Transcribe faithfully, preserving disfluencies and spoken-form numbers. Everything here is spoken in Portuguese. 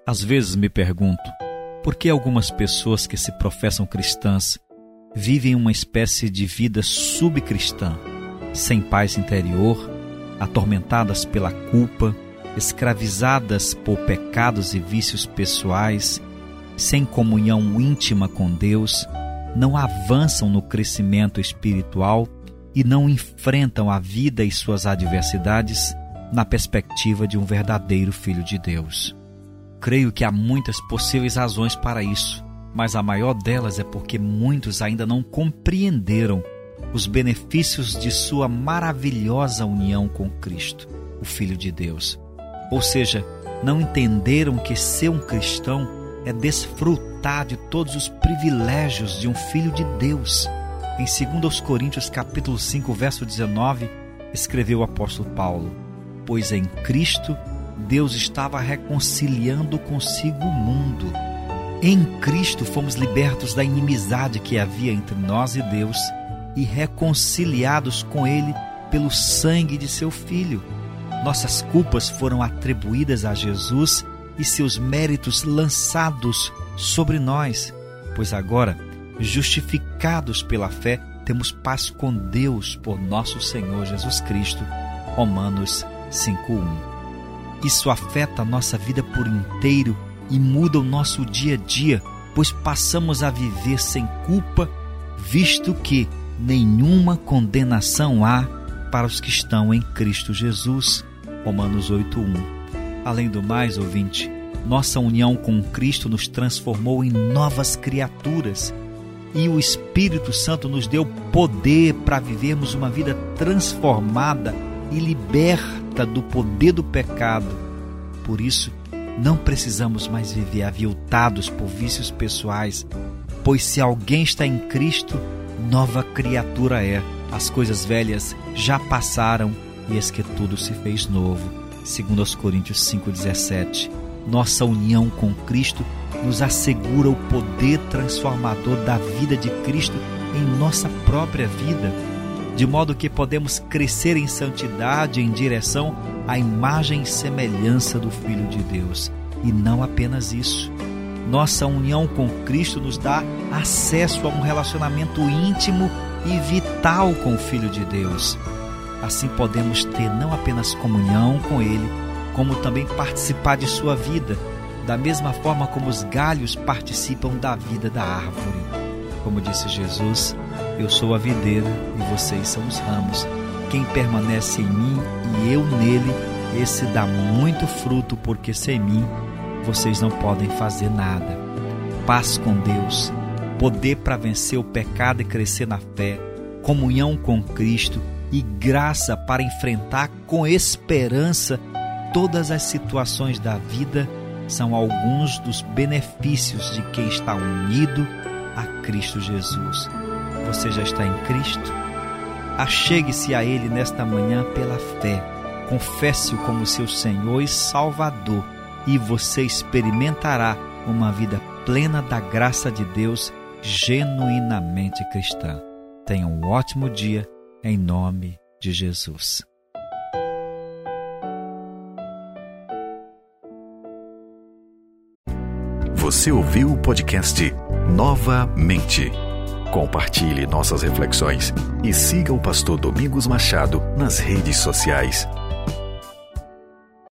Às vezes me pergunto, por que algumas pessoas que se professam cristãs vivem uma espécie de vida subcristã, sem paz interior, atormentadas pela culpa, escravizadas por pecados e vícios pessoais, sem comunhão íntima com Deus, não avançam no crescimento espiritual e não enfrentam a vida e suas adversidades na perspectiva de um verdadeiro filho de Deus. Creio que há muitas possíveis razões para isso, mas a maior delas é porque muitos ainda não compreenderam os benefícios de sua maravilhosa união com Cristo, o Filho de Deus. Ou seja, não entenderam que ser um cristão é desfrutar de todos os privilégios de um Filho de Deus. Em dois Coríntios capítulo cinco, verso dezenove, escreveu o apóstolo Paulo: pois em Cristo Deus estava reconciliando consigo o mundo. Em Cristo fomos libertos da inimizade que havia entre nós e Deus e reconciliados com Ele pelo sangue de seu Filho. Nossas culpas foram atribuídas a Jesus e seus méritos lançados sobre nós, pois agora, justificados pela fé, temos paz com Deus por nosso Senhor Jesus Cristo. Romanos cinco, um. Isso afeta a nossa vida por inteiro e muda o nosso dia a dia, pois passamos a viver sem culpa, visto que nenhuma condenação há para os que estão em Cristo Jesus. Romanos oito, um. Além do mais, ouvinte, nossa união com Cristo nos transformou em novas criaturas e o Espírito Santo nos deu poder para vivermos uma vida transformada e liberta do poder do pecado. Por isso, não precisamos mais viver aviltados por vícios pessoais, pois se alguém está em Cristo, nova criatura é. As coisas velhas já passaram e eis que tudo se fez novo. Segundo Coríntios cinco, dezessete. Nossa união com Cristo nos assegura o poder transformador da vida de Cristo em nossa própria vida, de modo que podemos crescer em santidade em direção à imagem e semelhança do Filho de Deus. E não apenas isso. Nossa união com Cristo nos dá acesso a um relacionamento íntimo e vital com o Filho de Deus. Assim podemos ter não apenas comunhão com Ele, como também participar de sua vida, da mesma forma como os galhos participam da vida da árvore. Como disse Jesus, eu sou a videira e vocês são os ramos. Quem permanece em mim e eu nele, esse dá muito fruto, porque sem mim vocês não podem fazer nada. Paz com Deus, poder para vencer o pecado e crescer na fé, comunhão com Cristo e graça para enfrentar com esperança todas as situações da vida são alguns dos benefícios de quem está unido a Cristo Jesus. Você já está em Cristo? Achegue-se a Ele nesta manhã pela fé. Confesse-o como seu Senhor e Salvador e você experimentará uma vida plena da graça de Deus, genuinamente cristã. Tenha um ótimo dia, em nome de Jesus. Você ouviu o podcast Novamente. Compartilhe nossas reflexões e siga o pastor Domingos Machado nas redes sociais.